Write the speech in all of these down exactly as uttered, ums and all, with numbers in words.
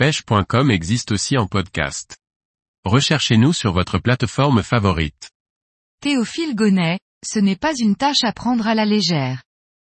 pêche point com existe aussi en podcast. Recherchez-nous sur votre plateforme favorite. Théophile Gonnet, ce n'est pas une tâche à prendre à la légère.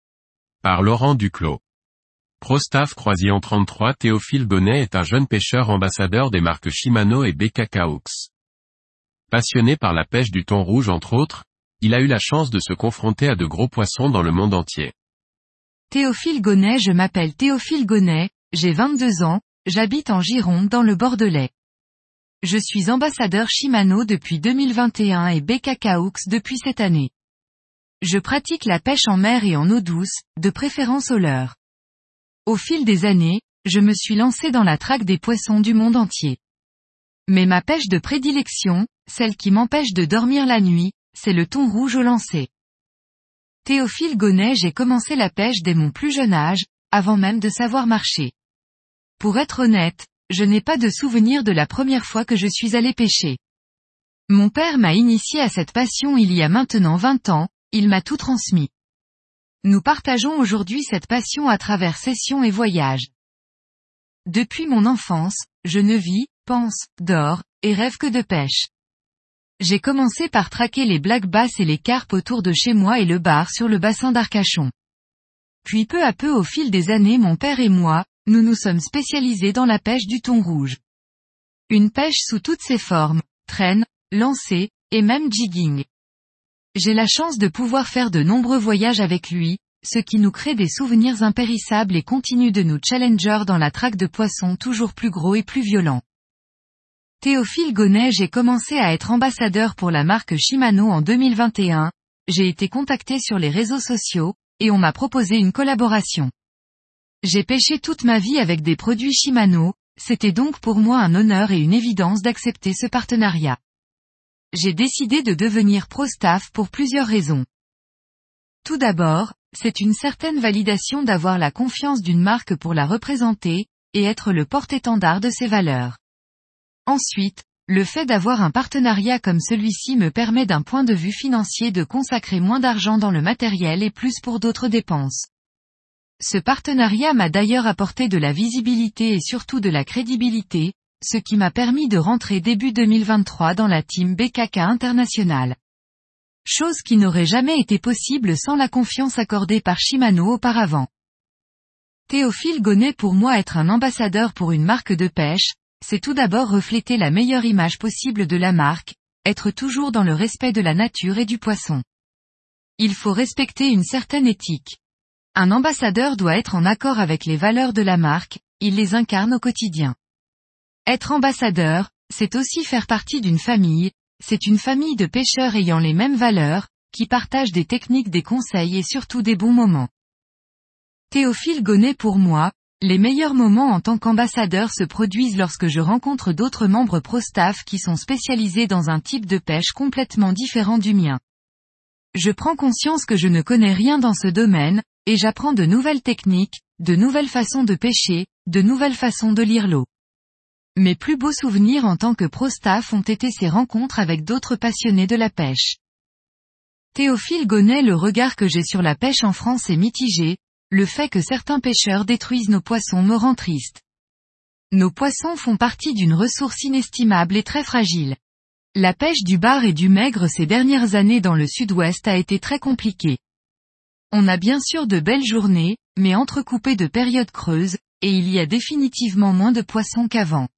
Par Laurent Duclos. Prostaff Croisillon trente-trois Théophile Gonnet est un jeune pêcheur ambassadeur des marques Shimano et B K K Hooks. Passionné par la pêche du thon rouge entre autres, il a eu la chance de se confronter à de gros poissons dans le monde entier. Théophile Gonnet Je m'appelle Théophile Gonnet, j'ai vingt-deux ans, j'habite en Gironde dans le Bordelais. Je suis ambassadeur Shimano depuis deux mille vingt et un et B K K Hooks depuis cette année. Je pratique la pêche en mer et en eau douce, de préférence au leurre. Au fil des années, je me suis lancé dans la traque des poissons du monde entier. Mais ma pêche de prédilection, celle qui m'empêche de dormir la nuit, c'est le thon rouge au lancer. Théophile Gonnet J'ai commencé la pêche dès mon plus jeune âge, avant même de savoir marcher. Pour être honnête, je n'ai pas de souvenir de la première fois que je suis allé pêcher. Mon père m'a initié à cette passion il y a maintenant vingt ans, il m'a tout transmis. Nous partageons aujourd'hui cette passion à travers sessions et voyages. Depuis mon enfance, je ne vis, pense, dors, et rêve que de pêche. J'ai commencé par traquer les black bass et les carpes autour de chez moi et le bar sur le bassin d'Arcachon. Puis peu à peu au fil des années mon père et moi, nous nous sommes spécialisés dans la pêche du thon rouge. Une pêche sous toutes ses formes, traîne, lancer, et même jigging. J'ai la chance de pouvoir faire de nombreux voyages avec lui, ce qui nous crée des souvenirs impérissables et continue de nous challenger dans la traque de poissons toujours plus gros et plus violents. Théophile Gonnet J'ai commencé à être ambassadeur pour la marque Shimano en deux mille vingt et un, j'ai été contacté sur les réseaux sociaux, et on m'a proposé une collaboration. J'ai pêché toute ma vie avec des produits Shimano, c'était donc pour moi un honneur et une évidence d'accepter ce partenariat. J'ai décidé de devenir pro-staff pour plusieurs raisons. Tout d'abord, c'est une certaine validation d'avoir la confiance d'une marque pour la représenter, et être le porte-étendard de ses valeurs. Ensuite, le fait d'avoir un partenariat comme celui-ci me permet d'un point de vue financier de consacrer moins d'argent dans le matériel et plus pour d'autres dépenses. Ce partenariat m'a d'ailleurs apporté de la visibilité et surtout de la crédibilité, ce qui m'a permis de rentrer début deux mille vingt-trois dans la team B K K International. Chose qui n'aurait jamais été possible sans la confiance accordée par Shimano auparavant. Théophile Gonnet Pour moi être un ambassadeur pour une marque de pêche, c'est tout d'abord refléter la meilleure image possible de la marque, être toujours dans le respect de la nature et du poisson. Il faut respecter une certaine éthique. Un ambassadeur doit être en accord avec les valeurs de la marque, il les incarne au quotidien. Être ambassadeur, c'est aussi faire partie d'une famille, c'est une famille de pêcheurs ayant les mêmes valeurs, qui partagent des techniques, des conseils et surtout des bons moments. Théophile Gonnet Pour moi, les meilleurs moments en tant qu'ambassadeur se produisent lorsque je rencontre d'autres membres pro-staff qui sont spécialisés dans un type de pêche complètement différent du mien. Je prends conscience que je ne connais rien dans ce domaine, et j'apprends de nouvelles techniques, de nouvelles façons de pêcher, de nouvelles façons de lire l'eau. Mes plus beaux souvenirs en tant que pro-staff ont été ces rencontres avec d'autres passionnés de la pêche. Théophile Gonnet Le regard que j'ai sur la pêche en France est mitigé, le fait que certains pêcheurs détruisent nos poissons me rend triste. Nos poissons font partie d'une ressource inestimable et très fragile. La pêche du bar et du maigre ces dernières années dans le sud-ouest a été très compliquée. On a bien sûr de belles journées, mais entrecoupées de périodes creuses, et il y a définitivement moins de poissons qu'avant.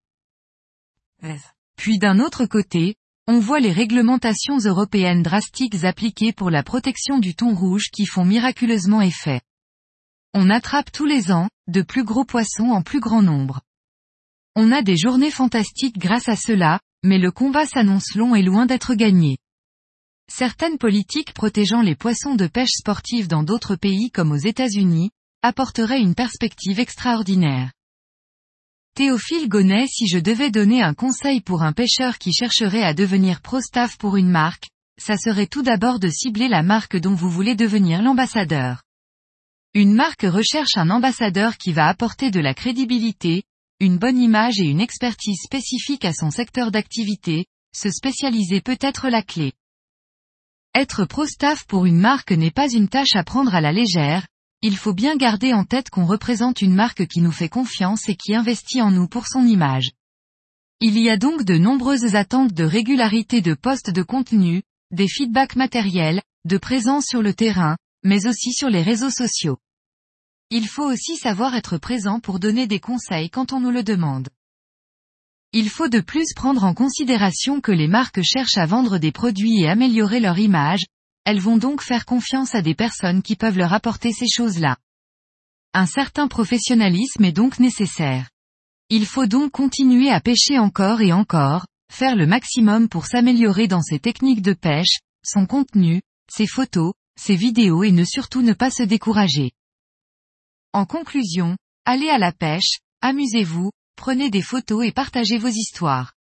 Puis d'un autre côté, on voit les réglementations européennes drastiques appliquées pour la protection du thon rouge qui font miraculeusement effet. On attrape tous les ans, de plus gros poissons en plus grand nombre. On a des journées fantastiques grâce à cela, mais le combat s'annonce long et loin d'être gagné. Certaines politiques protégeant les poissons de pêche sportive dans d'autres pays comme aux États-Unis, apporteraient une perspective extraordinaire. Théophile Gonnet Si je devais donner un conseil pour un pêcheur qui chercherait à devenir pro-staff pour une marque, ça serait tout d'abord de cibler la marque dont vous voulez devenir l'ambassadeur. Une marque recherche un ambassadeur qui va apporter de la crédibilité, une bonne image et une expertise spécifique à son secteur d'activité, se spécialiser peut être la clé. Être pro-staff pour une marque n'est pas une tâche à prendre à la légère, il faut bien garder en tête qu'on représente une marque qui nous fait confiance et qui investit en nous pour son image. Il y a donc de nombreuses attentes de régularité de poste de contenu, des feedbacks matériels, de présence sur le terrain, mais aussi sur les réseaux sociaux. Il faut aussi savoir être présent pour donner des conseils quand on nous le demande. Il faut de plus prendre en considération que les marques cherchent à vendre des produits et améliorer leur image, elles vont donc faire confiance à des personnes qui peuvent leur apporter ces choses-là. Un certain professionnalisme est donc nécessaire. Il faut donc continuer à pêcher encore et encore, faire le maximum pour s'améliorer dans ses techniques de pêche, son contenu, ses photos, ses vidéos et ne surtout ne pas se décourager. En conclusion, allez à la pêche, amusez-vous, prenez des photos et partagez vos histoires.